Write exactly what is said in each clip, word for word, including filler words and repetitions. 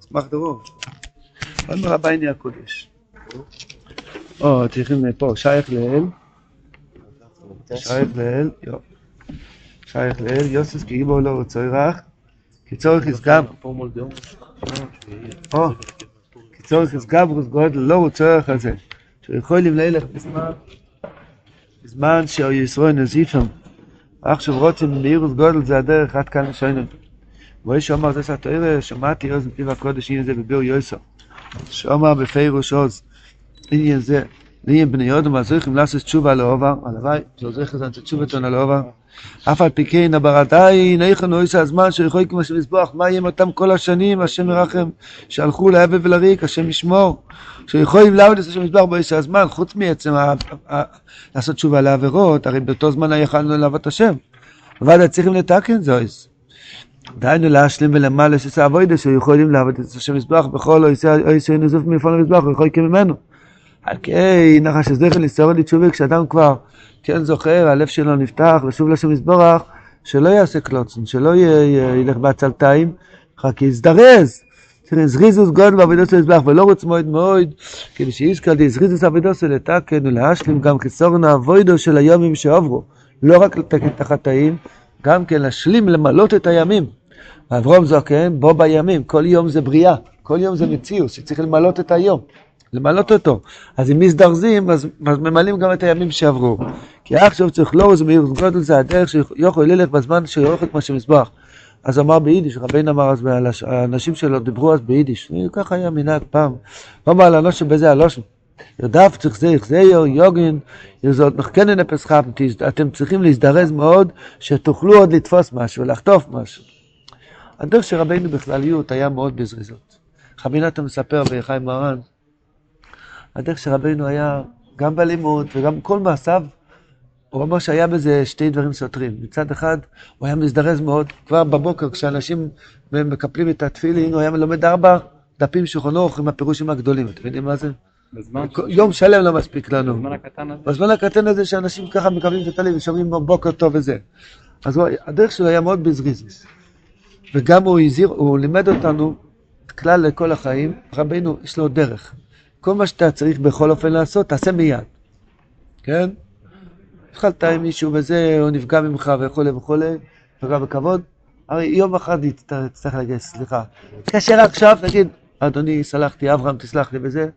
צמח דרור. עוד מרבייני הקודש. או, צריכים פה, שייך לאל. שייך לאל, יו. שייך לאל, יוסס כאיבו לא צורך. כצורך יסגב. או, כצורך יסגב וסגוד לא צורך הזה. שיכולים לילך בזמן. בזמן שישראל נזיפם. עכשיו רוצים מאירוס גודל זה הדרך עד כאן לשיינים. ואי שאומר זה שהתואר שמעתי עוז מפיו הקודש עניין זה בביר יוסר. שאומר בפירוש עוז עניין זה לעניין בני יודם הזריכים לעשות תשובה על העובר. הלוואי, זה עוזריך לזה תשובתון על העובר. אף על פי כן הברתי נייכן הוא עושה הזמן שיכול כמו שמסבוח מה יהיה אותם כל השנים השם ירחם שהלכו להבל ולריק השם ישמור שיכולים לעבוד את השם מסבוח בעושה הזמן חוץ מעצם לעשות תשובה לעבירות הרי באותו זמן יכלנו לעבוד את השם אבל צריכים לתקן זויס דיינו להשלים ולמעלה שעשה עבודה שיכולים לעבוד את השם מסבוח בכל עושה נזוף מפון המסבוח ויכול כממנו אוקיי נחש שזכר לסעור לי תשובה כשאדם כבר כן זוכר, הלב שלו נפתח, לשוב לשם יסבורך, שלא יעשה קלוצן, שלא ילך בעצלתיים, כי יזדרז. זריזוס גודל בעבודות של יסבורך, ולא רוצ מועד מועד, כדי שיזכרתי, זריזוס עבודות של לתקן ולהשלים, גם כסורן העבודו של היומים שעברו, לא רק לתקן את החטאים, גם כן להשלים, למלות את הימים. אברהם זוקן, בו בימים, כל יום זה בריאה, כל יום זה מציאות, שצריך למלות את היום. למלות אותו. אז אם מזדרזים, אז, אז ממלאים גם את הימים שעברו. כי עכשיו צריך לא רזמיר, גודל זה הדרך שיוכל ללך בזמן שיוכל כמו שמסבח. אז אמר ביידיש, רבינו אמר אז, האנשים שלו דיברו אז ביידיש. ככה היה מנהג פעם. לא אמר לאנושים בזה הלושם. ירדף צריך זה, יחזה יוגן, ירזות מחכנן הפסחם, אתם צריכים להזדרז מאוד, שתוכלו עוד לתפוס משהו, לחטוף משהו. הדרך שרבינו בכלליות היה מאוד בזריזות. רבינו אתה מספר בחיים מרן, הדרך שרבינו היה גם בלימוד וגם כל מעשיו, הוא אמר שהיה בזה שתי דברים סותרים. מצד אחד, הוא היה מזדרז מאוד, כבר בבוקר כשאנשים מקפלים את התפילין, הוא היה מלומד ארבע דפים שולחנוך עם הפירושים הגדולים. אתם יודעים מה זה? בזמן יום שלם לא מספיק לנו. בזמן הקטן הזה? בזמן הקטן הזה שאנשים ככה מקבלים את התפילין ושומעים בוקר טוב וזה. אז הוא, הדרך שלו היה מאוד בזריזות. וגם הוא הזהיר, הוא לימד אותנו כלל לכל החיים, רבינו יש לו דרך. כל מה שאתה צריך בכל אופן לעשות, תעשה מיד. כן? התחלת עם מישהו וזה, הוא נפגע ממך וכו' וכו', פגע בכבוד. הרי יום אחד תצטרך להגיד, סליחה. כאשר עכשיו, תגיד, אדוני, סלחתי, אברהם, תסלח לי בזה.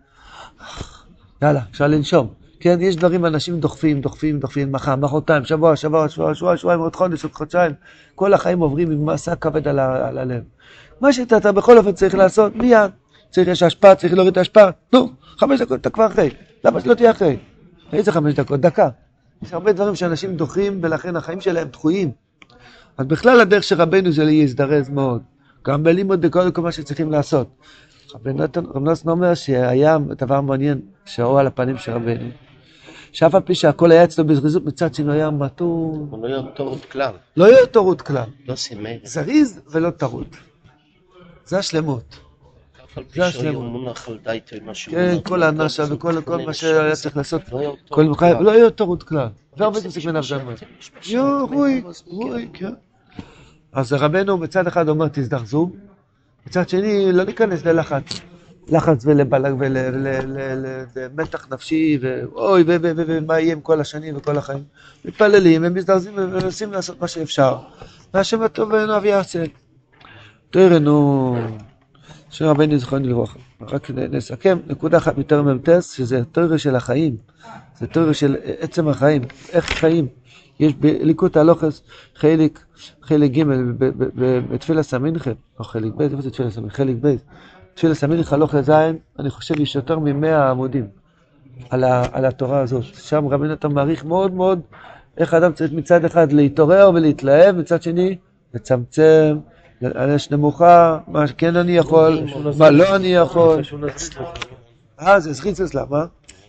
יאללה, אפשר לנשום. כן, יש דברים, אנשים דוחפים, דוחפים, דוחפים, מחר, מחרתיים, שבוע, שבוע, שבוע, שבוע, שבועיים, עוד חודש, עוד חודשיים. כל החיים עוברים עם מסע כבד על, על הלב. מה שאתה בכל אופן צריך לעשות, מיד. צריך יש השפעה, צריך להוריד את השפעה. נו, חמש דקות, אתה כבר אחרי. למה שלא תהיה אחרי? איזה חמש דקות? דקה. יש הרבה דברים שאנשים דוחים, ולכן החיים שלהם דחויים. אז בכלל הדרך שרבנו זה להזדרז מאוד. גם בלימוד בכל כל מה שצריכים לעשות. רב נוסן אומר שהיה דבר מעניין, שהאור על הפנים של רבנו. שאף על פי שהכל היה אצלו בזריזות, מצד שנו היה מתון. הוא לא היה טורות כלל. לא היה טורות כלל. לא סימר. זריז ולא טרות. זה השלמות. זה השלמות. כן, כל הנשה וכל מה שהיה צריך לעשות. לא היה טורות כלל. והרבה תמסיק בנף דמה. יו, רוי, רוי, כן. אז רבנו מצד אחד אומר תזדרזו, מצד שני לא ניכנס ללחץ. לחץ ולבלג ולמתח נפשי ואוי ומה יהיה עם כל השנים וכל החיים. מתפללים ומזדרזים ומנסים לעשות מה שאפשר. והשם הטוב ואינו יעשה. תראינו שרבנו זכרנו לברכה. רק נסכם נקודה אחת יותר ממתס שזה תורה של החיים. זה תורה של עצם החיים. איך חיים? יש בליקוט הלוחס חלק חלק ג' בתפילה סמינכם או חלק ב' איפה זה תפילה סמינכם? חלק ב' תפילה סמינכם הלוחס זין אני חושב יש יותר ממאה עמודים על, ה, על התורה הזאת. שם רבינו אתה מעריך מאוד מאוד איך האדם צריך מצד אחד להתעורר ולהתלהב, מצד שני לצמצם, לאש נמוכה, מה כן אני יכול, מה לא אני יכול. אה, זה סחיצס למה?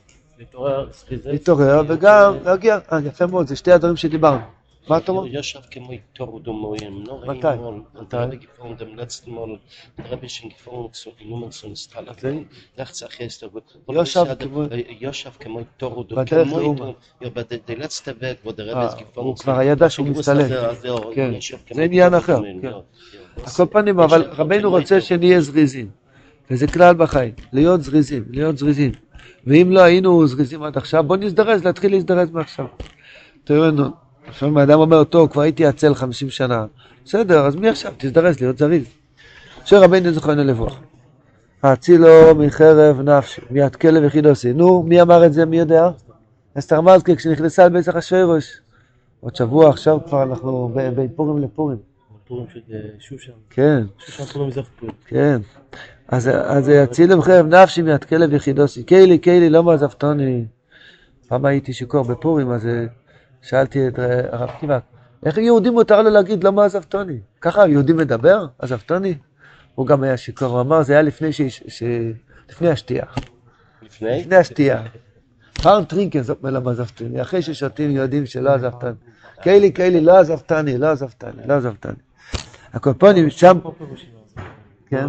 להתעורר וגם להגיע, אה יפה מאוד, זה שתי הדברים שדיברנו. מה אתה אומר? יושב כמו תור דומויים, מתי? מתי? gefunden dem letzten Mal der Rebischen gefunden zu genommen zu installieren. Nachts erst gut. יושב כמו יושב כמו תור דומויים. Ja, bei der letzte Weg wo der Rebis gefunden. הוא כבר ידע שהוא מסתלק. כן. זה עניין אחר. על כל פנים, אבל רבנו רוצה שנהיה זריזים. וזה כלל בחיים, להיות זריזים, להיות זריזים. ואם לא היינו זריזים עד עכשיו, בוא נזדרז, להתחיל להזדרז מעכשיו. תראו, לפעמים האדם אומר, טוב, כבר הייתי עצל חמישים שנה. בסדר, אז מי עכשיו? תזדרז, להיות זריז. שרבנו זכרנו לברכה. הצילו מחרב נפשי, מיד כלב יחידוסי. נו, מי אמר את זה? מי יודע? אסתר מזקה, כשנכנסה על בית אחשוורוש. עוד שבוע עכשיו כבר אנחנו בין פורים לפורים. פורים של שושן. כן. שושן פורים מזרח פורים. כן. אז הצילו מחרב נפשי, מיד כלב יחידוסי. קיילי, קיילי, לא מעזבתוני. פעם הייתי שיכור בפורים, אז שאלתי את הרב קיבק, איך יהודים מותר לו להגיד לא מעזבתוני? ככה יהודים מדבר? עזבתוני? הוא גם היה שיכור, הוא אמר, זה היה לפני, ש... ש... לפני השתייה. לפני? לפני השתייה. פעם טרינקן זאת מילה מעזבתני, אחרי ששותים יודעים שלא עזבתני. קיילי, קיילי, לא עזבתני, לא עזבתני, לא עזבתני. הקופונים שם... כן?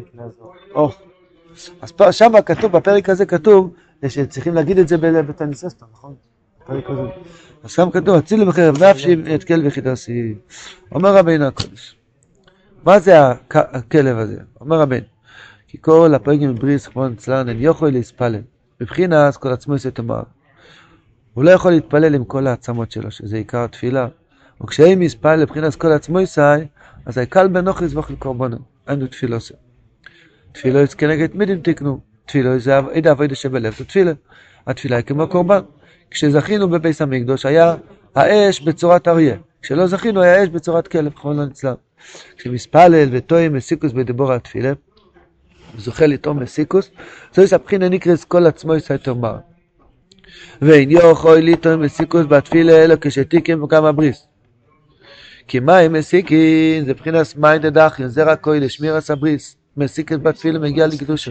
אז שם כתוב, בפרק הזה כתוב, שצריכים להגיד את זה בתניססטו, נכון? בפרק הזה. אז שם כתוב, הצילו מחרב נפשי, את כלב יחידוסי. אומר רבינו הקודש. מה זה הכלב הזה? אומר רבינו, כי כל הפרקים מבריס, כמו נצלן, אין יכול להספלל. מבחינה, אז כל עצמו יעשה תאמר. הוא לא יכול להתפלל עם כל העצמות שלו, שזה עיקר התפילה. וכשהם יספל לבחינה, אז כל עצמו יעשה, אז היקל בנוח יזבח לקורבנו. היינו תפילו עושה. תפילו יש כנגד מידים תקנו. תפילו זה עדה עבודה שבלב, זה תפילה. התפילה היא כמו קורבן. כשזכינו בבית המקדוש היה האש בצורת אריה. כשלא זכינו היה אש בצורת כלב, כמו לא נצלם. כשמספלל וטועים מסיקוס בדיבור על תפילה, זוכה לטעום מסיקוס, זו יסבחינה נקרס כל עצמו יסי תאמר. ואין יכול לטעום מסיקוס בתפילה אלו כשתיקים וכמה בריס. כי מים מסיקין זה בחינס מים דדחין, זה רק כוי לשמיר הסבריס. מסיקס בתפילה מגיע לקדושה.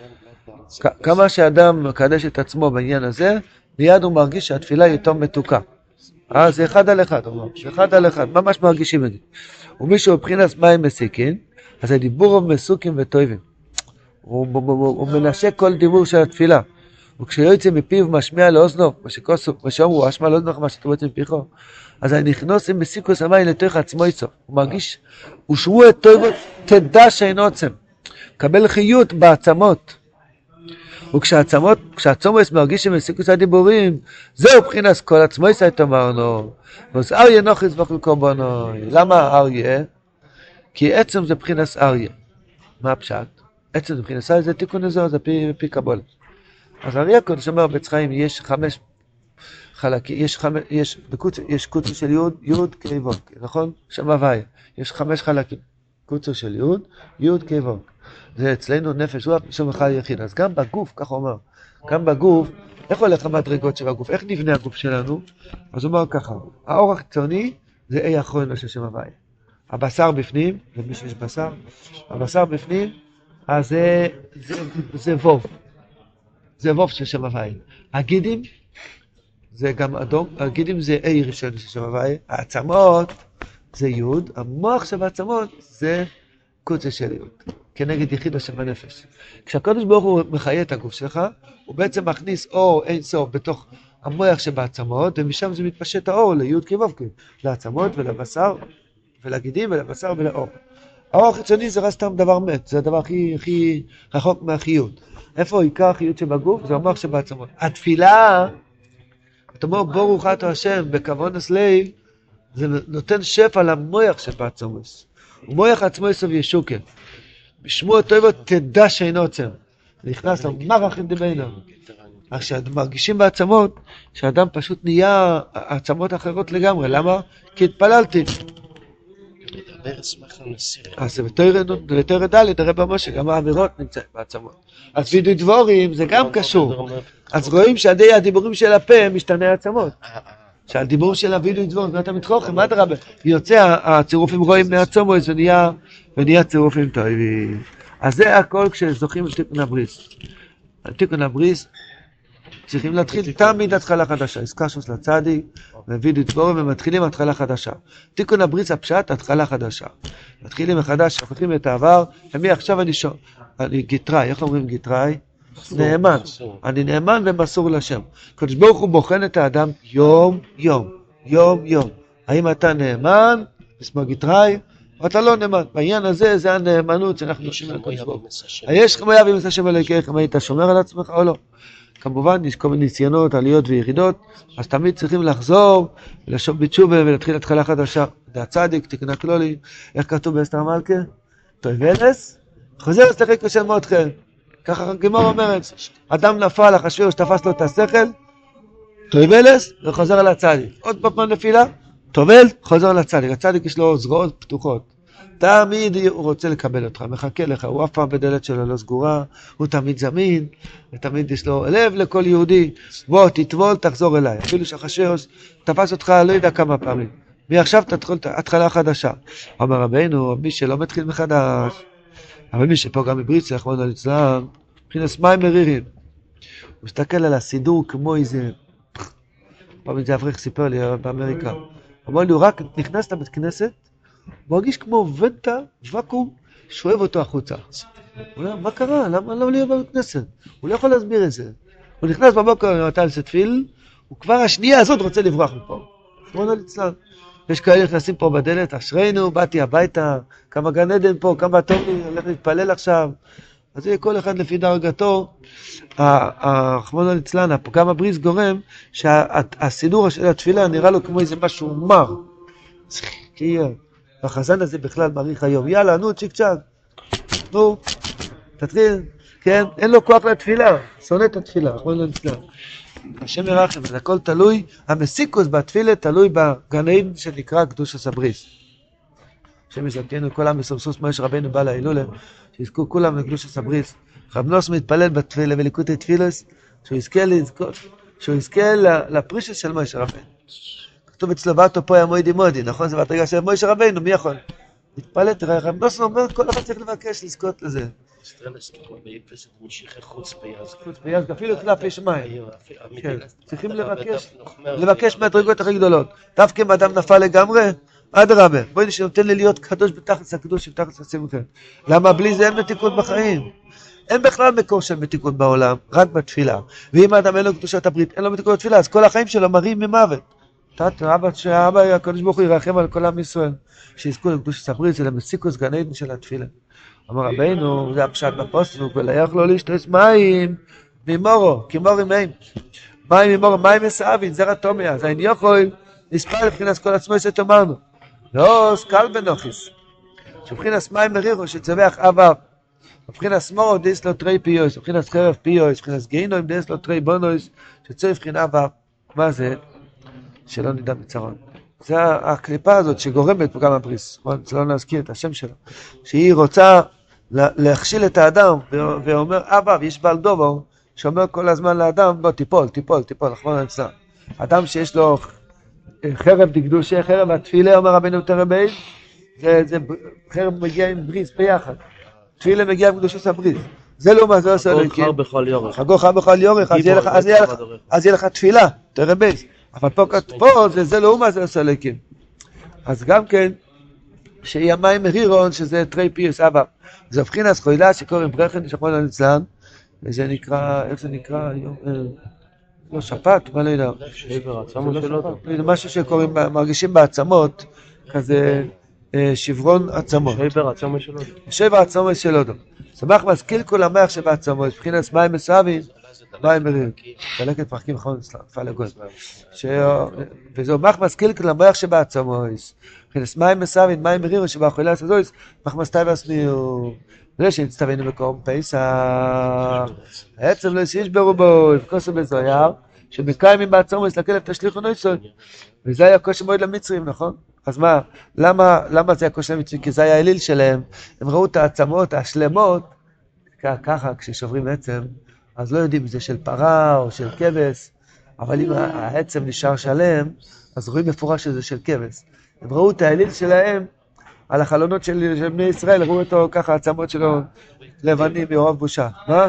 כמה שאדם מקדש את עצמו בעניין הזה, מיד הוא מרגיש שהתפילה היא יותר מתוקה. אז זה אחד על אחד, זה אחד על אחד, ממש מרגישים את זה. ומישהו בבחינס מים מסיקין, אז הדיבור הוא מסוקים וטויבים. הוא, הוא, הוא, הוא מנשק כל דיבור של התפילה. וכשיוצא מפיו משמיע לאוזנו, מה שאומרו, אשמע לאוזנו מה שאתה רוצה מפיחו, אז אני נכנוס עם מסיקוס המים לתוך עצמו איצו. הוא מרגיש, ושבו את טויבות, תדע שאין עוצם. קבל חיות בעצמות. וכשהעצמות, כשהעצמות מרגיש שמסיקוס הדיבורים, זהו בחינס כל עצמו איצו אמרנו. אז אריה נוח יזבח לקורבנו. למה אריה? כי עצם זה בחינס אריה. מה הפשט? עצם זה בחינס אריה זה תיקון הזו, זה פי, פי קבולה. אז אריה קודש אומר בצחיים, יש חמש חלקים, יש חמש, יש, בקוצר, יש קוצר של יוד, יוד כיוון, נכון? שם הוויה. יש חמש חלקים. קוצר של יוד, יוד כיוון. זה אצלנו נפש רוח משום אחד יחיד. אז גם בגוף, כך הוא אומר, גם בגוף, איך הולך המדרגות של הגוף? איך נבנה הגוף שלנו? אז הוא אומר ככה, האור החיצוני זה אי אחרון של שם הוויה. הבשר בפנים, למי שיש בשר, הבשר בפנים, אז זה, זה, זה ווב. זה ווב של שם הוויה. הגידים, זה גם אדום, הגידים זה אי ראשון של שם הוויה. העצמות זה יוד, המוח של העצמות זה קוצר של יוד. כנגד יחיד השם בנפש. כשהקדוש ברוך הוא מחיה את הגוף שלך, הוא בעצם מכניס אור אין סוף בתוך המוח שבעצמות, ומשם זה מתפשט האור ליוד כבובקי, לעצמות ולבשר, ולגידים ולבשר ולאור. האור החיצוני זה רק סתם דבר מת, זה הדבר הכי, הכי רחוק מהחיות. איפה עיקר החיות שבגוף? זה המוח שבעצמות. התפילה, אתה אומר ברוך אתה השם בכוונס לב, זה נותן שפע למוח שבעצמות. ומוח עצמו יסוב ישוקה. בשמו הטובות תדע שאין עוצם. זה נכנס למרח עם דבינו. אך כשמרגישים בעצמות, שהאדם פשוט נהיה עצמות אחרות לגמרי. למה? כי התפללתי. אז בתור דלת, הרב המשה, גם האמירות נמצאים בעצמות. אז וידוי דבורים זה גם קשור. אז רואים שעדי הדיבורים של הפה משתנה העצמות. שהדיבור של הוידוי דבורים, ואתה מתחוכם, מה דרבה? יוצא, הצירופים רואים מהצומות ונהיה, ונהיה צירופים טובים. אז זה הכל כשזוכים לתיקון הבריס. תיקון הבריס, צריכים להתחיל תמיד התחלה חדשה. הזכרנו של הצדיק, ווידוי דבורים, ומתחילים התחלה חדשה. תיקון הבריס הפשט, התחלה חדשה. מתחילים מחדש, שוכחים את העבר, ומי עכשיו אני שואל, אני גיטראי, איך אומרים גיטראי? נאמן, אני נאמן ומסור לשם. קדוש ברוך הוא בוחן את האדם יום יום, יום יום. האם אתה נאמן, מסמר גיטראי, אתה לא נאמן. בעניין הזה זה הנאמנות שאנחנו יש נושאים על חמויה הקדוש. במס השם. יש חמויה במס השם אלוהיך, אם היית שומר על עצמך או לא. כמובן יש כל מיני ניסיונות, עליות וירידות, אז תמיד צריכים לחזור, לשוב בתשובה ולהתחיל התחלה חדשה. זה הצדיק, תקנה כלולי, איך כתוב באסתר המלכה? תאבלס, חוזר לשחק כשל מותכם. ככה הגמרא אומרת, אדם נפל, אחשוורוש תפס לו את השכל, תאבלס וחוזר על הצדיק. עוד פעם נפילה, תאבל, חוזר על הצדיק. הצדיק יש לו זרועות פתוחות. תמיד הוא רוצה לקבל אותך, מחכה לך, הוא אף פעם בדלת שלו לא סגורה, הוא תמיד זמין, ותמיד יש לו לב לכל יהודי, בוא תטבול, תחזור אליי. אפילו שאחשוורוש תפס אותך לא יודע כמה פעמים. מעכשיו תתחיל התחלה חדשה. אומר רבינו, מי שלא מתחיל מחדש, אבל מי שפה גם מבריץ, רחמנא ליצלן, מבחינת מים מרירים. הוא מסתכל על הסידור כמו איזה, פעם את זה אברך סיפר לי באמריקה. הוא אמר לי, הוא רק נכנס לבית כנסת, הוא מרגיש כמו ונטה, ואקום, שואב אותו החוצה. הוא אומר, מה קרה? למה לא להיות בבית כנסת? הוא לא יכול להסביר את זה. הוא נכנס בבוקר, נתן לסתפיל, הוא כבר השנייה הזאת רוצה לברוח מפה. רחמנא ליצלן. יש כאלה נכנסים פה בדלת, אשרינו, באתי הביתה, כמה גן עדן פה, כמה טוב לי, הולך להתפלל עכשיו. אז זה כל אחד לפי דרגתו, רחמנא ליצלן, הפגם הבריס גורם, שהסידור של התפילה נראה לו כמו איזה משהו מר. כי החזן הזה בכלל מעריך היום, יאללה, נו, צ'יק צ'ק, נו, תתחיל, כן, אין לו כוח לתפילה, שונא את התפילה, רחמנא ליצלן. השם ירחם, זה הכל תלוי, המסיקוס בתפילה תלוי בגן עדן שנקרא קדושת הבריס. השם יזכנו, כל עם יסורסוס מוישה רבנו בא להילולה, שיזכו כולם לקדושת הבריס. רב נוס מתפלל בתפילה וליקוטי תפילוס, שהוא יזכה לזכות, שהוא יזכה לפרישס של מוישה רבנו. כתוב אצלו ואתו פה היה מוידי מודי, נכון? זה בתרגע של מוישה רבנו, מי יכול? מתפלל, תראה, רב נוס אומר, כל אחד צריך לבקש לזכות לזה. חוץ ביאז, אפילו כלפי שמיים. צריכים לבקש, לבקש מהדרגות הכי גדולות. דווקא אם אדם נפל לגמרי, אדרבה, בואי שנותן לי להיות קדוש בתחת הקדוש ובתחת השמחה. למה בלי זה אין מתיקות בחיים? אין בכלל מקור של מתיקות בעולם, רק בתפילה. ואם האדם אין לו קדושת הברית, אין לו מתיקות בתפילה, אז כל החיים שלו מרים ממוות. אבא הקדוש ברוך הוא ירחם על כל עם ישראל, שיזכו לקדושת הברית, זה למסיקוס גן עדן של התפילה. אמר רבינו, זה הפשט בפוסוק, ולייך לו להשתות מים ממורו, כי מורים מים. מים ממורו, מים מסעבין, זרע תומיה, זה אין יכול לספר לבחינס כל עצמו שתאמרנו. לא, סקל בנוכיס. שבחינס מים מרירו שצווח אבב. בבחינס מורו דייס לו תרי פיוס, בבחינס חרב פיוס, בבחינס גאינוים דייס לו תרי בונויס, שצורך בחין אבב. מה זה? שלא נדע בצרון. זה הקליפה הזאת שגורמת גם הבריס, לא נזכיר את השם שלה, שהיא רוצה להכשיל את האדם, ואומר, אבא, יש בעל דובו, שאומר כל הזמן לאדם, בוא תיפול, תיפול, תיפול, רחמנא ליצלן. אדם שיש לו חרב דקדושה, חרב התפילה, אומר רבנו תרבי, זה, זה חרב מגיע עם בריס ביחד. תפילה מגיע עם קדושת הבריס. זה לא מה זה עושה לו. חגור חר בכל יורך. חגור חר בכל יורך, אז יהיה לך, אז יהיה לך, אז יהיה לך תפילה, תרבי. אבל פה, פה זה, זה לא מה זה עושה לקים. אז גם כן, שיהיה מים מרירון, שזה טרי פיוס אבא. זה הופכין אז חוילה שקוראים ברכן, שחמנא ליצלן, וזה נקרא, איך זה נקרא היום? לא שפט, מה לא יודע. שבר עצמות של אודו. משהו שקוראים, מרגישים בעצמות, כזה שברון עצמות. שבר עצמות של אודו. שבר עצמות של אודו. שמח מזכיל כל המח שבעצמות, הופכין אז מים מסעבין, מים מרירים. דלקת פרקים חמנא ליצלן, פעל הגול. וזהו מח מזכיל כל המח שבעצמות. מבחינת מים מסעבין, מים מרירים שבאכילה הזויס, מח מסתיו הסמיעו. זה שהצטווינו בקום פסח, העצם לא יש ברובו, כוסו בזויר, שמקיימים בעצמו להסתכל את השליחו נויסון, וזה היה קושי מאוד למצרים, נכון? אז מה, למה, למה זה היה קושי למצרים? כי זה היה האליל שלהם, הם ראו את העצמות, השלמות, ככה כששוברים עצם, אז לא יודעים אם זה של פרה או של כבש, אבל אם העצם נשאר שלם, אז רואים מפורש שזה של כבש. הם ראו את האליל שלהם, על החלונות של, של בני ישראל, ראו אותו ככה, עצמות שלו לבנים מאורב בושה. מה?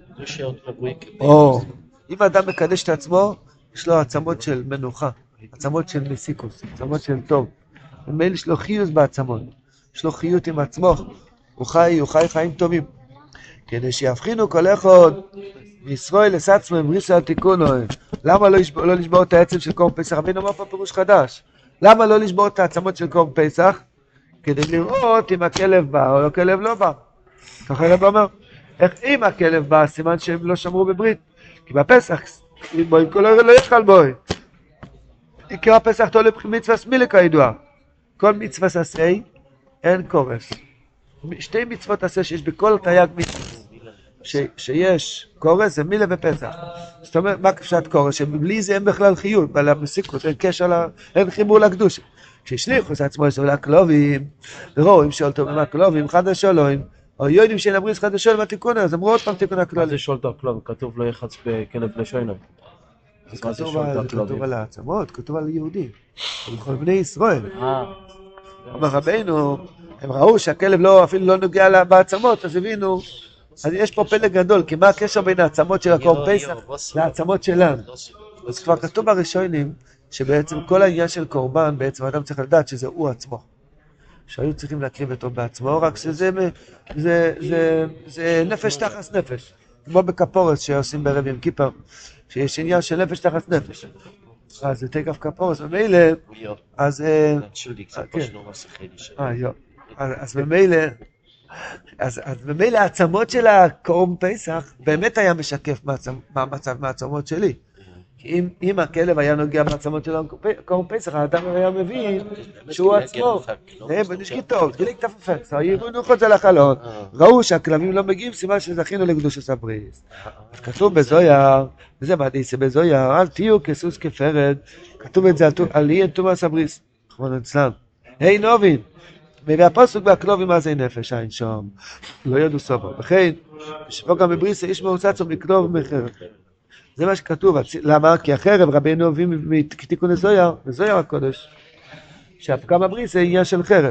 או, אם האדם מקדש את עצמו, יש לו עצמות של מנוחה, עצמות של מסיקוס, עצמות של טוב. ומאלה יש לו חיוס בעצמות, יש לו חיות עם עצמו, הוא חי, הוא חי חיים טובים. כדי שיבחינו כל אחד מישראל לסעצמו עם ריסו התיקונו. למה לא, לשבור, לא לשבור את העצם של קורם פסח? רבינו אמר פה פירוש חדש. למה לא לשבור את העצמות של קורם פסח? כדי לראות אם הכלב בא או הכלב לא בא. ככה הרב אומר, איך אם הכלב בא, סימן שהם לא שמרו בברית. כי בפסח, אם בואי כל הרגע לא יאכל בואי. עיקר הפסח תולה מצווה סמילה כידוע. כל מצווה עשה, אין קורס. שתי מצוות עשה שיש בכל תייג מצווה. ש, שיש קורס זה מילה ופסח. זאת אומרת, מה כפשט קורס? שבלי זה אין בכלל חיוב, אבל המסיקות, אין קשר, לה, אין חיבור לקדוש. כששליחו את עצמו יש לכלובים, רואים שאולתו במה כלובים, חדש אלוהים, או יודעים שאין הבריס חדש אלוהים התיקון, אז אמרו עוד פעם תיקון הכלובים. מה זה שולטו הכלוב? כתוב לא יחץ בכלב לשוינו. זה כתוב על העצמות, כתוב על יהודים, על בני ישראל. אומר רבינו, הם ראו שהכלב לא, אפילו לא נוגע בעצמות, אז הבינו, אז יש פה פלא גדול, כי מה הקשר בין העצמות של הקורבן פסח לעצמות שלנו? אז כבר כתוב בראשונים, שבעצם כל העניין של קורבן, בעצם האדם צריך לדעת שזה הוא עצמו. שהיו צריכים להקריב אותו בעצמו, רק שזה זה, זה, זה נפש תחת נפש. כמו בכפורס שעושים בערב יום כיפר, שיש עניין של נפש תחת נפש. אז זה תקף כפורס, ומילא, אז... אז במילא, אז במילא העצמות של הקורבן פסח באמת היה משקף מהמצב מהעצמות שלי. כי אם הכלב היה נוגע בעצמות של הקורבן פסח, האדם היה מבין שהוא עצמו. נשקי טוב, גיליק תפפק, היו את זה לחלון, ראו שהכלבים לא מגיעים, סימן שזכינו לקדושת הבריס. אז כתוב בזויר, וזה מעדיס בזויר, אל תהיו כסוס כפרד, כתוב את זה על יהיה תומאס הבריס, כבוד אצלם. היי נובין, והפסוק בהכלובים מה זה נפש, אין שם, לא ידעו סובר. וכן, שפה גם בבריס איש מעוצץ ומכלוב ומחרב. זה מה שכתוב, למה? כי החרב רבינו אוהבים מתיקון הזויר, הזויר הקודש, שהפקם הבריס זה עניין של חרב,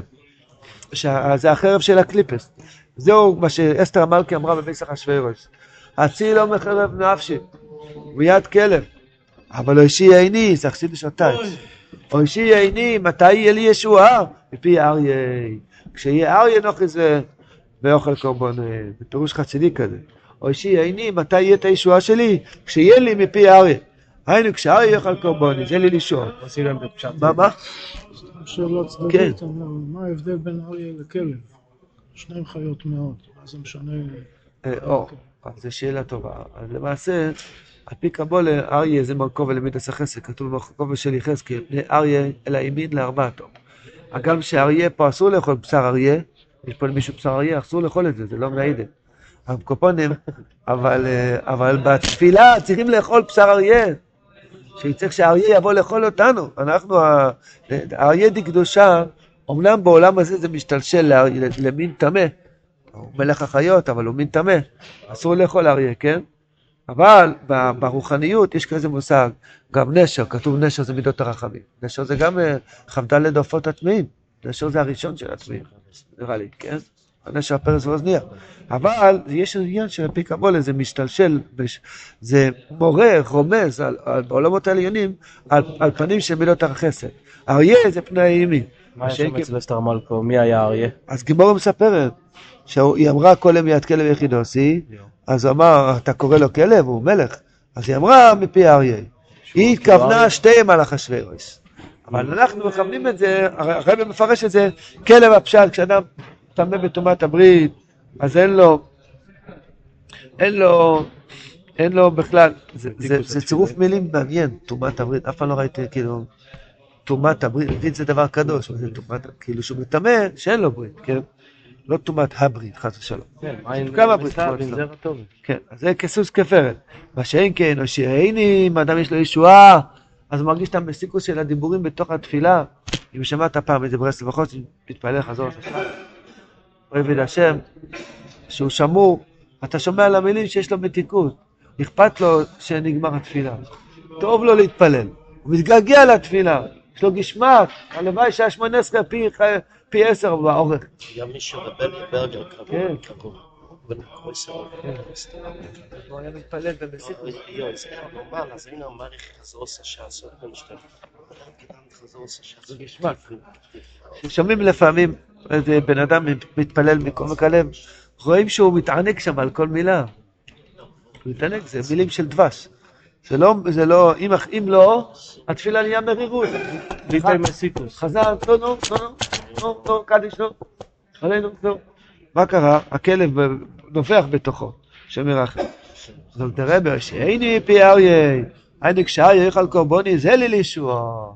זה החרב של הקליפס. זהו מה שאסתר המלכי אמרה בפסח אשוורוש, הצילו מחרב נפשי, ויד כלב, אבל אוישי עיני, זה חסיד לשעתיים, אוישי עיני, מתי יהיה לי ישועה? מפי אריה, כשיהיה אריה נוחי זה, ואוכל קורבן, בפירוש חסידי כזה. או אישי עיני, מתי יהיה את הישועה שלי? כשיהיה לי מפי אריה. היינו, כשאריה יאכל קורבני, זה לי לישוע. מה, מה? שאלה צדדית, מה ההבדל בין אריה לכלב? שניהם חיות מאוד, אז זה משנה... או, זו שאלה טובה. למעשה, על פי קבולה, אריה זה מרכוב אלמידס החסד, כתוב במרכוב של יחזקאל, אריה אלא ימין לארבעתו. הגם שאריה פה אסור לאכול בשר אריה, יש פה למישהו בשר אריה, אסור לאכול את זה, זה לא מנעידה. הקופונים, אבל, אבל בתפילה צריכים לאכול בשר אריה, שצריך שהאריה יבוא לאכול אותנו. אנחנו, האריה די קדושה, אמנם בעולם הזה זה משתלשל למין טמא, הוא מלך החיות, אבל הוא מין טמא, אסור לאכול אריה, כן? אבל ברוחניות יש כזה מושג, גם נשר, כתוב נשר זה מידות הרחמים, נשר זה גם חמדה לדופות עצמיים, נשר זה הראשון של עצמיים, נראה לי, כן? הנשר הפרס ואוזניה. אבל יש עניין של פי קבולה, זה משתלשל, זה מורה, רומז על, על, בעולמות העליונים, על, על פנים של מילות החסד. אריה זה פני הימין. מה יש שם אצל אסתר המלכה? מי היה אריה? אז גימורה מספרת, שהיא אמרה כל אם יד כלב יחידוסי, אז הוא אמר, אתה קורא לו כלב, הוא מלך. אז היא אמרה מפי אריה. היא התכוונה שתיהם על אחשוורוש. אבל אנחנו מכוונים את זה, הרב מפרש את זה, כלב הפשט, כשאדם טמא בטומאת הברית, אז אין לו, אין לו, אין לו בכלל, זה, זה, זה צירוף מילים מעניין, טומאת הברית, אף פעם לא ראיתי כאילו, טומאת הברית, ברית זה דבר קדוש, זה טומאת, כאילו שהוא מטמא, שאין לו ברית, כן? לא טומאת הברית, חס ושלום. כן, עין כמה ברית, זרע טוב. כן, אז זה כסוס כפרת, מה שאין כן, או שהייני, אם האדם יש לו ישועה, אז הוא מרגיש את המסיקוס של הדיבורים בתוך התפילה, אם שמעת פעם איזה ברסלב החוץ, תתפעלה חזור השם. עבד השם, שהוא שמור, אתה שומע על המילים שיש לו מתיקות, אכפת לו שנגמר התפילה, טוב לו להתפלל, הוא מתגעגע לתפילה, יש לו גשמק, הלוואי שהיה שמונה עשרה פי, פי עשר באורך. גם מישהו בברגר קרוב, בן קרויסר, הוא היה מתפלל במסיך. יואי, זה נורמל, אז הנה מעריך חזור עושה שעה, בן שתיים, חזור עושה שעה, זה גשמק. שומעים לפעמים, איזה בן אדם מתפלל מקומק הלב, רואים שהוא מתענק שם על כל מילה. הוא מתענק, זה מילים של דבש. זה לא, זה לא, אם, אם לא, התפילה נהיה מרירות. ביטוי מסיקוס. חז"ל, לא, לא, לא, לא, לא, קדיש, לא. עלינו, לא. מה קרה? הכלב נופח בתוכו, שמרחם. זאת תראה, שאיני פי אריה, היינו כשאריה יאכל קורבני, זה לי לישוע.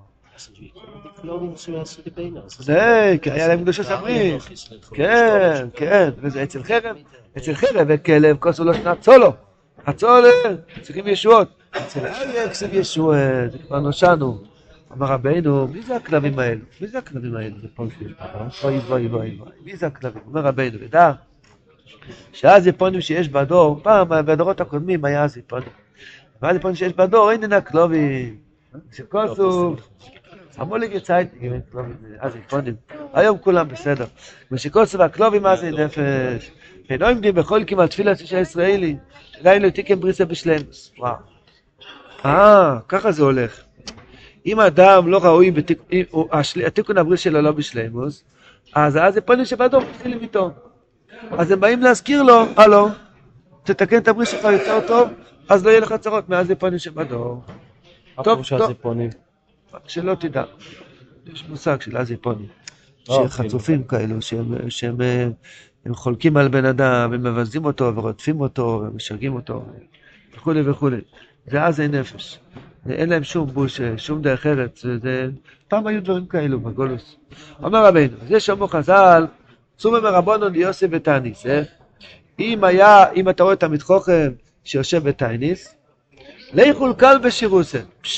זה, כי היה להם קדושת הברית. כן, כן, וזה אצל חרב, אצל חרב וכלב, כוסו לא שנת צולו. הצולו, צריכים ישועות. אצל אריה כסף ישועות, זה כבר נושענו. אמר רבינו, מי זה הכלבים האלו? מי זה הכלבים האלו? אוי אוי אוי אוי, מי זה הכלבים? אומר רבינו, ידע, שהזיפונים שיש בדור, פעם בדורות הקודמים היה הזיפונים. והזיפונים שיש בדור, אין אינה כלבים. שכל סוג, המוליג יצא איתי, הזיפונים. היום כולם בסדר. ושכל סוג הכלבים מה זה נפש. אינו עמדים בכל כמעט תפילה של הישראלי. ראינו תיקם בריסה בשלמוס. וואו. אה, ככה זה הולך. אם אדם לא ראוי, התיקון הבריס שלו לא בשלמוס, אז הזיפונים שבדור מתחילים איתו. אז הם באים להזכיר לו, הלו, תתקן את הבריס שלך יותר טוב, אז לא יהיה לך צרות מהזיפונים שבדור. טוב, טוב. שלא תדע. יש מושג של הזיפונים. שחצופים כאלו, שהם חולקים על בן אדם, ומבזים אותו, ורודפים אותו, ומשגעים אותו, וכו' וכו'. זה אז אין נפש. אין להם שום בוש, שום דרך ארץ. פעם היו דברים כאלו בגולוס. אומר רבינו, זה שאומר חז"ל, צומא מרבנן דיוסף ותעניס. אם היה, אם אתה רואה את עמית חכם שיושב בתעניס, לכו קל בשירוסה.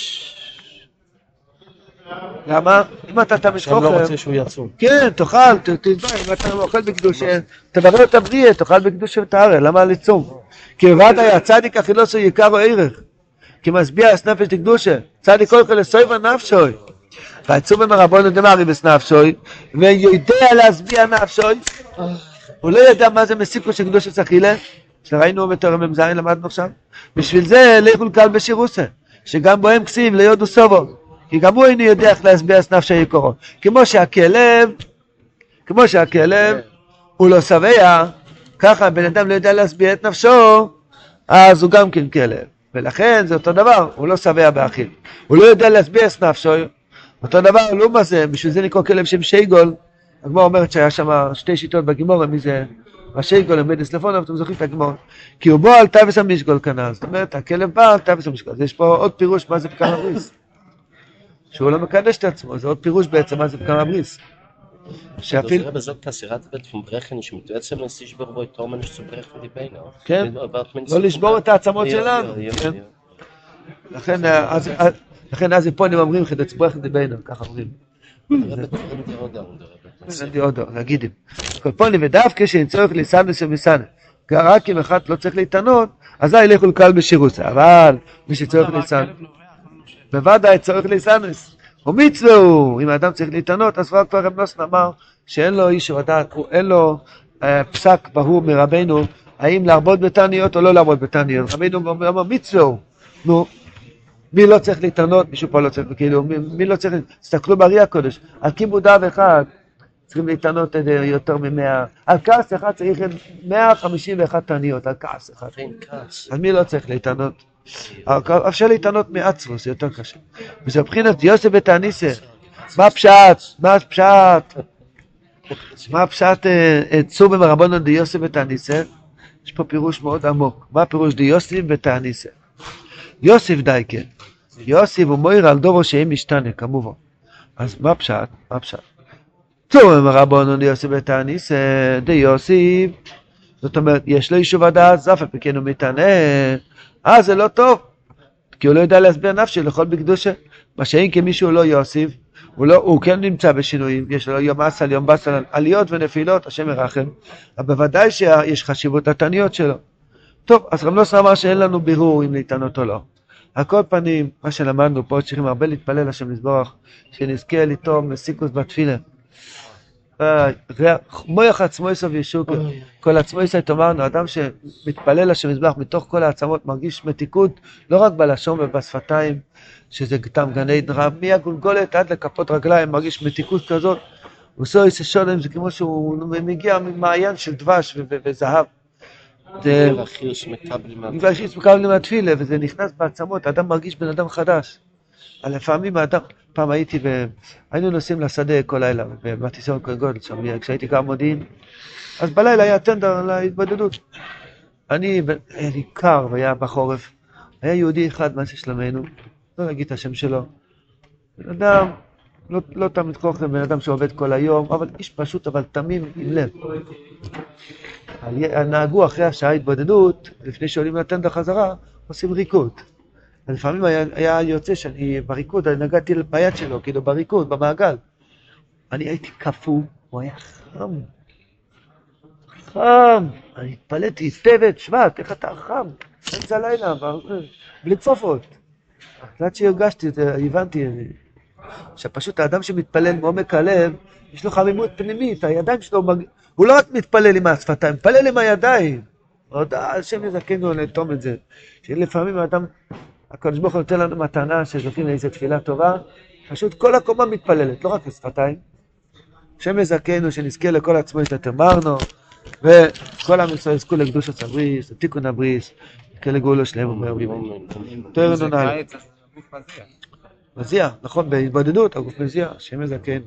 למה? אם אתה תעמית חכם... אני לא רוצה שהוא יצום. כן, תאכל, תתבע, אם אתה אוכל בקדושה, תברר את הבריאה, תאכל בקדושה ותארר, למה לצום? כי בוודאי הצדיק החילוסו יקר או ערך, כי משביע את נפש לקדושה, צדיק כל כל לסויבה נפשוי. והצום מרבנן דמרי בסנפשוי, ויודע להשביע נפשוי, הוא לא יודע מה זה מסיקו של קדושת אכילה, שראינו בתורה מ"ז למדנו עכשיו. בשביל זה לכו קל בשירוסה, שגם בוהם כסיב ליודו סובו, כי גם הוא אינו יודע איך להשביע את נפשי יקורו. כמו שהכלב, כמו שהכלב הוא לא שבע, ככה בן אדם לא יודע להשביע את נפשו, אז הוא גם כן כלב. ולכן זה אותו דבר, הוא לא שבע באכיל. הוא לא יודע להשביע את נפשו, אותו דבר, לא מה זה, בשביל זה נקרא כלב שם שייגול. הגמרא אומרת שהיה שם שתי שיטות בגמרא, מי זה השייגול, הם בדס לפון, אבל אתם זוכרים את הגמרא. כי הוא בא על טייבס המשגול כנ"ל, זאת אומרת, הכלב בא על טייבס המשגול. אז יש פה עוד פירוש מה זה פקם הבריס. שהוא לא מקדש את עצמו, זה עוד פירוש בעצם מה זה פקם הבריס. שאפיל... בזאת הסירת בית פומברכן, שמתועצם נסיש ברבוי תורמן שצוברך ודיבינה. כן, לא לשבור את העצמות שלנו. לכן אז היפונים אומרים חד צברך ודיבינה, ככה אומרים. אין די עוד, נגידים. קופוני ודווקא שאין צורך ליסנס ומסנס. רק אם אחד לא צריך להתענות, אז אולי לכו לקל בשירוסה. אבל מי שצורך ליסנס, בוודאי צורך ליסנס. ומצוו, אם האדם צריך להתענות, אז כבר רב נוסן אמר שאין לו איש ודעת, אין לו פסק ברור מרבנו, האם להרבות בתעניות או לא להרבות בתעניות. רבנו אומר מצוו, נו, מי לא צריך להתענות, מישהו פה לא צריך, כאילו, מי, מי לא צריך, תסתכלו ברי הקודש, על כיבוד אב אחד, צריכים להתענות יותר ממאה, על כעס אחד צריך מאה חמישים ואחת תעניות, על כעס אחד. אז מי לא צריך להתענות? אפשר להתענות מעצמו, זה יותר קשה. וזה מבחינת יוסף בתעניסה, מה פשט? מה פשט? מה פשט צום מרבנן דיוסף בתעניסה? יש פה פירוש מאוד עמוק. מה פירוש דיוסף בתעניסה? יוסף די כן. יוסף הוא מויר על דובו שהם משתנה, כמובן. אז מה פשט? מה פשט? צום מרבנן דיוסף בתעניסה, די יוסף, זאת אומרת, יש לו יישוב הדעת, זפה פקן הוא מתענה, אה, זה לא טוב, כי הוא לא יודע להסביר נפשי לכל בקדושה. מה שאין כמישהו לא יוסיף, הוא, לא, הוא כן נמצא בשינויים, יש לו יום אסל, יום בסל, עליות ונפילות, השם ירחם, אבל בוודאי שיש חשיבות לתעניות שלו. טוב, אז רב נוסן אמר שאין לנו בירור אם להתענות או לא. על כל פנים, מה שלמדנו פה, צריכים הרבה להתפלל השם יזברך, שנזכה לטעום מסיקוס בתפילה. מויח עצמו יסוב ישוקר, כל עצמו יסוב תאמרנו, אדם שמתפלל השם יזבח מתוך כל העצמות מרגיש מתיקות, לא רק בלשון ובשפתיים, שזה גם גן עדן רב, מהגולגולת עד לכפות רגליים מרגיש מתיקות כזאת, וסוי ששולם זה כמו שהוא מגיע ממעיין של דבש וזהב, זה אחיר שמקבל מהתפילה. בגלל שיש מקבלים מהתפילה, וזה נכנס בעצמות, האדם מרגיש בן אדם חדש. לפעמים האדם, פעם הייתי, היינו נוסעים לשדה כל לילה, במתיסיון כהן גודל שם, כשהייתי גר מודיעין, אז בלילה היה טנדר להתבודדות. אני, היה לי קר, והיה בחורף, היה יהודי אחד, מה ששלמנו, לא נגיד את השם שלו, בן אדם, לא, לא תמיד כוחם, בן אדם שעובד כל היום, אבל איש פשוט, אבל תמים עם לב. נהגו אחרי השעה התבודדות, לפני שעולים לטנדר חזרה, עושים ריקוד. לפעמים היה, היה יוצא שאני בריקוד, אני נגעתי ביד שלו, כאילו בריקוד, במעגל. אני הייתי קפוא, הוא היה חם. חם. אני התפלאתי, סתבת, שבט, איך אתה חם? אמצע לילה, בלי צופות. עד שהרגשתי, הבנתי, שפשוט האדם שמתפלל מעומק הלב, יש לו חמימות פנימית, הידיים שלו, הוא לא רק מתפלל עם השפתיים, מתפלל עם הידיים. עוד השם יזכנו לטום את זה. שלפעמים האדם, הקדוש ברוך הוא נותן לנו מתנה שזוכים לאיזו תפילה טובה, פשוט כל הקומה מתפללת, לא רק השפתיים. השם יזכנו שנזכה לכל עצמו את התמרנו, וכל עם ישראל יזכו לקדושת הבריס, לתיקון הבריס, כלגאולו שלהם אומר בימי. תואר נונל. מזיע, נכון, בהתבודדות, הגוף מזיע, השם יזכנו.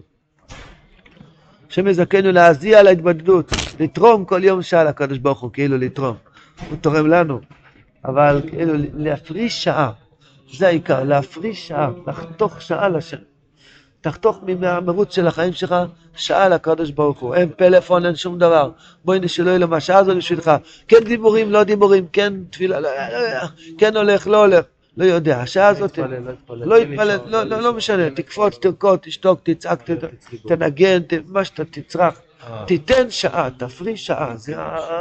השם יזכנו להזיע על ההתבודדות, לתרום כל יום שעה לקדוש ברוך הוא, כאילו לתרום. הוא תורם לנו, אבל כאילו להפריש שעה, זה העיקר, להפריש שעה, לחתוך שעה לשם. תחתוך מהמרוץ של החיים שלך, שעה לקדוש ברוך הוא. אין פלאפון, אין שום דבר. בואי נשאלו אלו מה, שעה זו בשבילך. כן דיבורים, לא דיבורים, כן תפילה, לא, כן הולך, לא הולך. לא יודע, השעה הזאת, לא יתפלל, לא משנה, תקפוץ, תרקוד, תשתוק, תצעק, תנגן, מה שאתה תצרח. תיתן שעה, תפריש שעה, זה...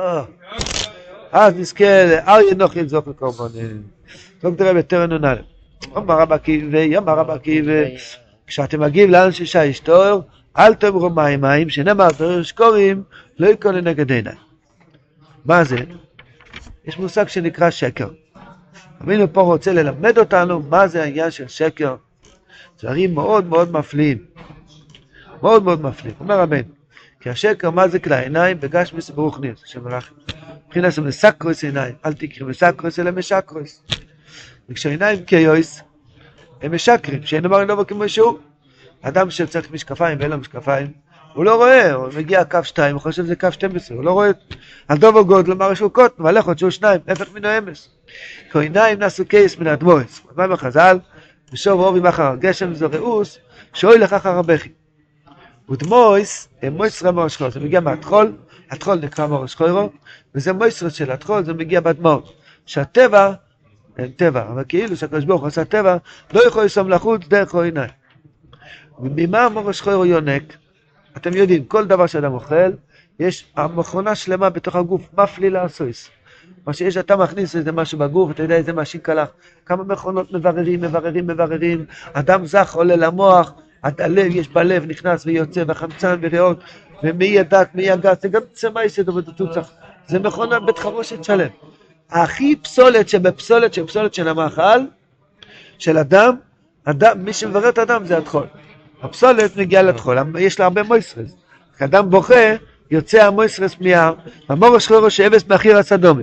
אז נזכה לאריה נוחין זוכר קורבנים. זאת תראה בתרן עונה. אמר רבא עקיבא, אמר רבא עקיבא, כשאתם מגיעים לאן ששעה ישתור, אל תאמרו מים מים, שנאמר דרש קוראים, לא ייכון לנגד עיניי. מה זה? יש מושג שנקרא שקר. רבינו פה רוצה ללמד אותנו מה זה העניין של שקר. דברים מאוד מאוד מפליאים. מאוד מאוד מפליאים. אומר רבינו, כי השקר מה זה כלי עיניים בגשמיס ברוכניס, השם רחם. מבחינת זה מסקרוס עיניים, אל תקרא מסקרוס אלא משקרוס. וכשעיניים קיוס, הם משקרים, שאין אמר לא כמו שהוא. אדם שצריך משקפיים ואין לו משקפיים, הוא לא רואה, הוא מגיע קו שתיים, הוא חושב שזה קו שתים עשרה, הוא לא רואה. על דובר גודל אמר שהוא קוטן, והלך עוד שהוא שניים, הפך מן האמס. כי עיניים נעשו קייס מן הדמורס. מה בחז"ל? ושוב רובים אחר הגשם זו ראוס, שאוי לך אחר הבכי. ודמורס, הם מויסרה מורש חול, זה מגיע מהתחול, התחול נקרא מורש חולרו, וזה מויסרה של התחול, זה מגיע בדמורס. שהטבע, אין טבע, אבל כאילו שהקדוש ברוך הוא עשה טבע, לא יכול לסום לחוץ דרך עיניים. וממה מורש חולרו יונק? אתם יודעים, כל דבר שאדם אוכל, יש מכונה שלמה בתוך הגוף, מפלי לעשויס. מה שיש, אתה מכניס איזה משהו בגוף, אתה יודע איזה משהו קלח. כמה מכונות מבררים, מבררים, מבררים. אדם זך עולה למוח, הלב, יש בלב, נכנס ויוצא, וחמצן וריאות, ומי ידעת, מי יגעת, זה גם צמא יסד ובתוצח. זה מכונה בית חרושת שלם. הכי פסולת שבפסולת, שפסולת של המאכל, של אדם, אדם, מי שמברר את האדם זה התחול. הפסולת מגיעה לתחול, יש לה הרבה מויסרס. כשאדם בוכה, יוצא המויסרס מה... המורש חולרו שאבס מאחיר הסדומי.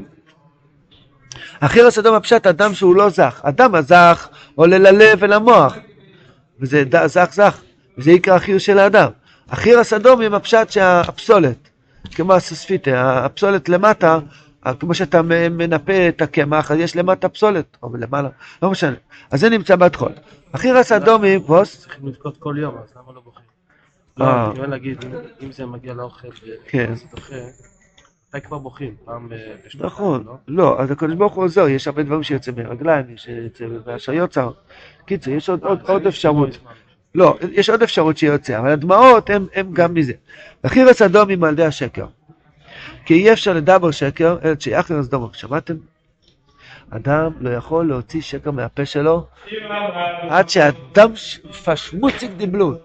אחיר הסדום הפשט, אדם שהוא לא זך. אדם הזך עולה ללב ולמוח. וזה זך זך. וזה עיקר אחיר של האדם. אחיר הסדומי הם הפשט שהפסולת. כמו הסוספיטה, הפסולת למטה, כמו שאתה מנפה את הקמח, אז יש למטה פסולת. או למעלה, לא משנה. אז זה נמצא בתחול. אחיר הסדומי, פוסט. צריכים לבכות כל יום, אז למה לא בוכים? לא, אני אומר להגיד, אם זה מגיע לאוכל, כן. זה דוחה, מתי כבר בוכים? פעם בשנתיים, נכון, לא? לא, אז הקדוש ברוך הוא עוזר, יש הרבה דברים שיוצא מרגליים, יש יוצא מהשעיות צר. קיצר, יש עוד, עוד, עוד אפשרות. לא, יש עוד אפשרות שיוצא, אבל הדמעות הם גם מזה. אחיר הסדומי על ידי השקר. כי אי אפשר לדבר שקר, אלא שאחר הסדום, שמעתם? אדם לא יכול להוציא שקר מהפה שלו, עד שאדם פשמוציק דיבלות.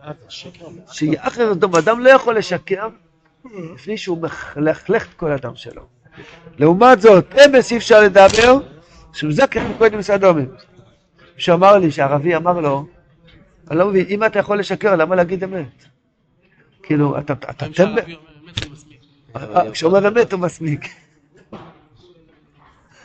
שאחר הסדום, אדם לא יכול לשקר, לפני שהוא מלכלך את כל אדם שלו. לעומת זאת, אמס אי אפשר לדבר, שהוא זקח מקודם מסדומים. שאמר לי, שהערבי אמר לו, אני לא מבין, אם אתה יכול לשקר, למה להגיד אמת? כאילו, אתה... כשאומר אמת הוא מסמיק.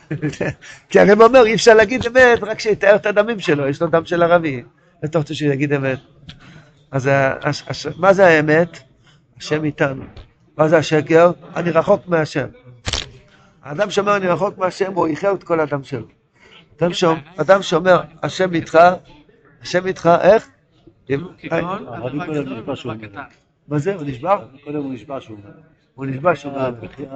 כי הרב אומר, אי אפשר להגיד אמת, רק שיתאר את הדמים שלו, יש לו דם של ערבי. אתה רוצה שיגיד אמת. אז מה זה האמת? השם איתנו. מה זה השקר? אני רחוק מהשם. האדם שאומר אני רחוק מהשם, הוא יחיה את כל האדם שלו. אדם שאומר, השם איתך, השם איתך, איך? הרבי קודם נשבע שהוא אומר. מה זה? הוא נשבר? קודם הוא נשבע שהוא אומר. הוא נשבע שהוא אומר.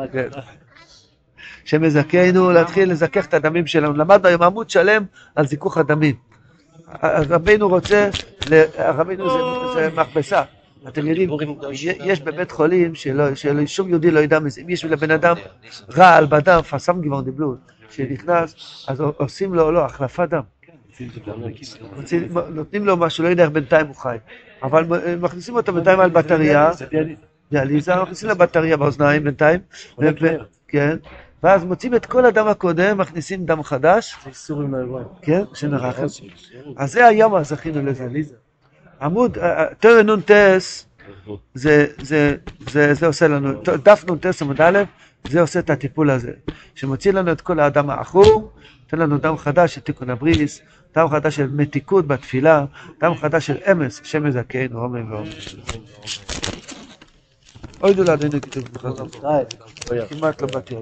שמזכנו להתחיל לזכך את הדמים שלנו. למדנו היום עמוד שלם על זיכוך הדמים. רבינו רוצה, רבינו זה מכבסה. אתם יודעים, יש בבית חולים ששום יהודי לא ידע מזה. אם יש לבן אדם רעל בדם, פסם גבעון דבלול, שנכנס, אז עושים לו, לא, החלפת דם. נותנים לו משהו, לא יודע איך בינתיים הוא חי. אבל מכניסים אותו בינתיים על בטריה, דיאליזה, מכניסים לו בטריה באוזניים בינתיים, כן, ואז מוצאים את כל הדם הקודם, מכניסים דם חדש, כן, שנרחם. אז זה היום הזכינו לזה, עמוד, תראה נון טס, זה עושה לנו, דף נון טס עמוד א', זה עושה את הטיפול הזה, שמוציא לנו את כל האדם האחור, נותן לנו דם חדש של תיקון הבריס, דם חדש של מתיקות בתפילה, דם חדש של אמס, שם מזכנו, אמן ואמן. אוי דולה, דיינו כתוב בחזור. כמעט לא באתי.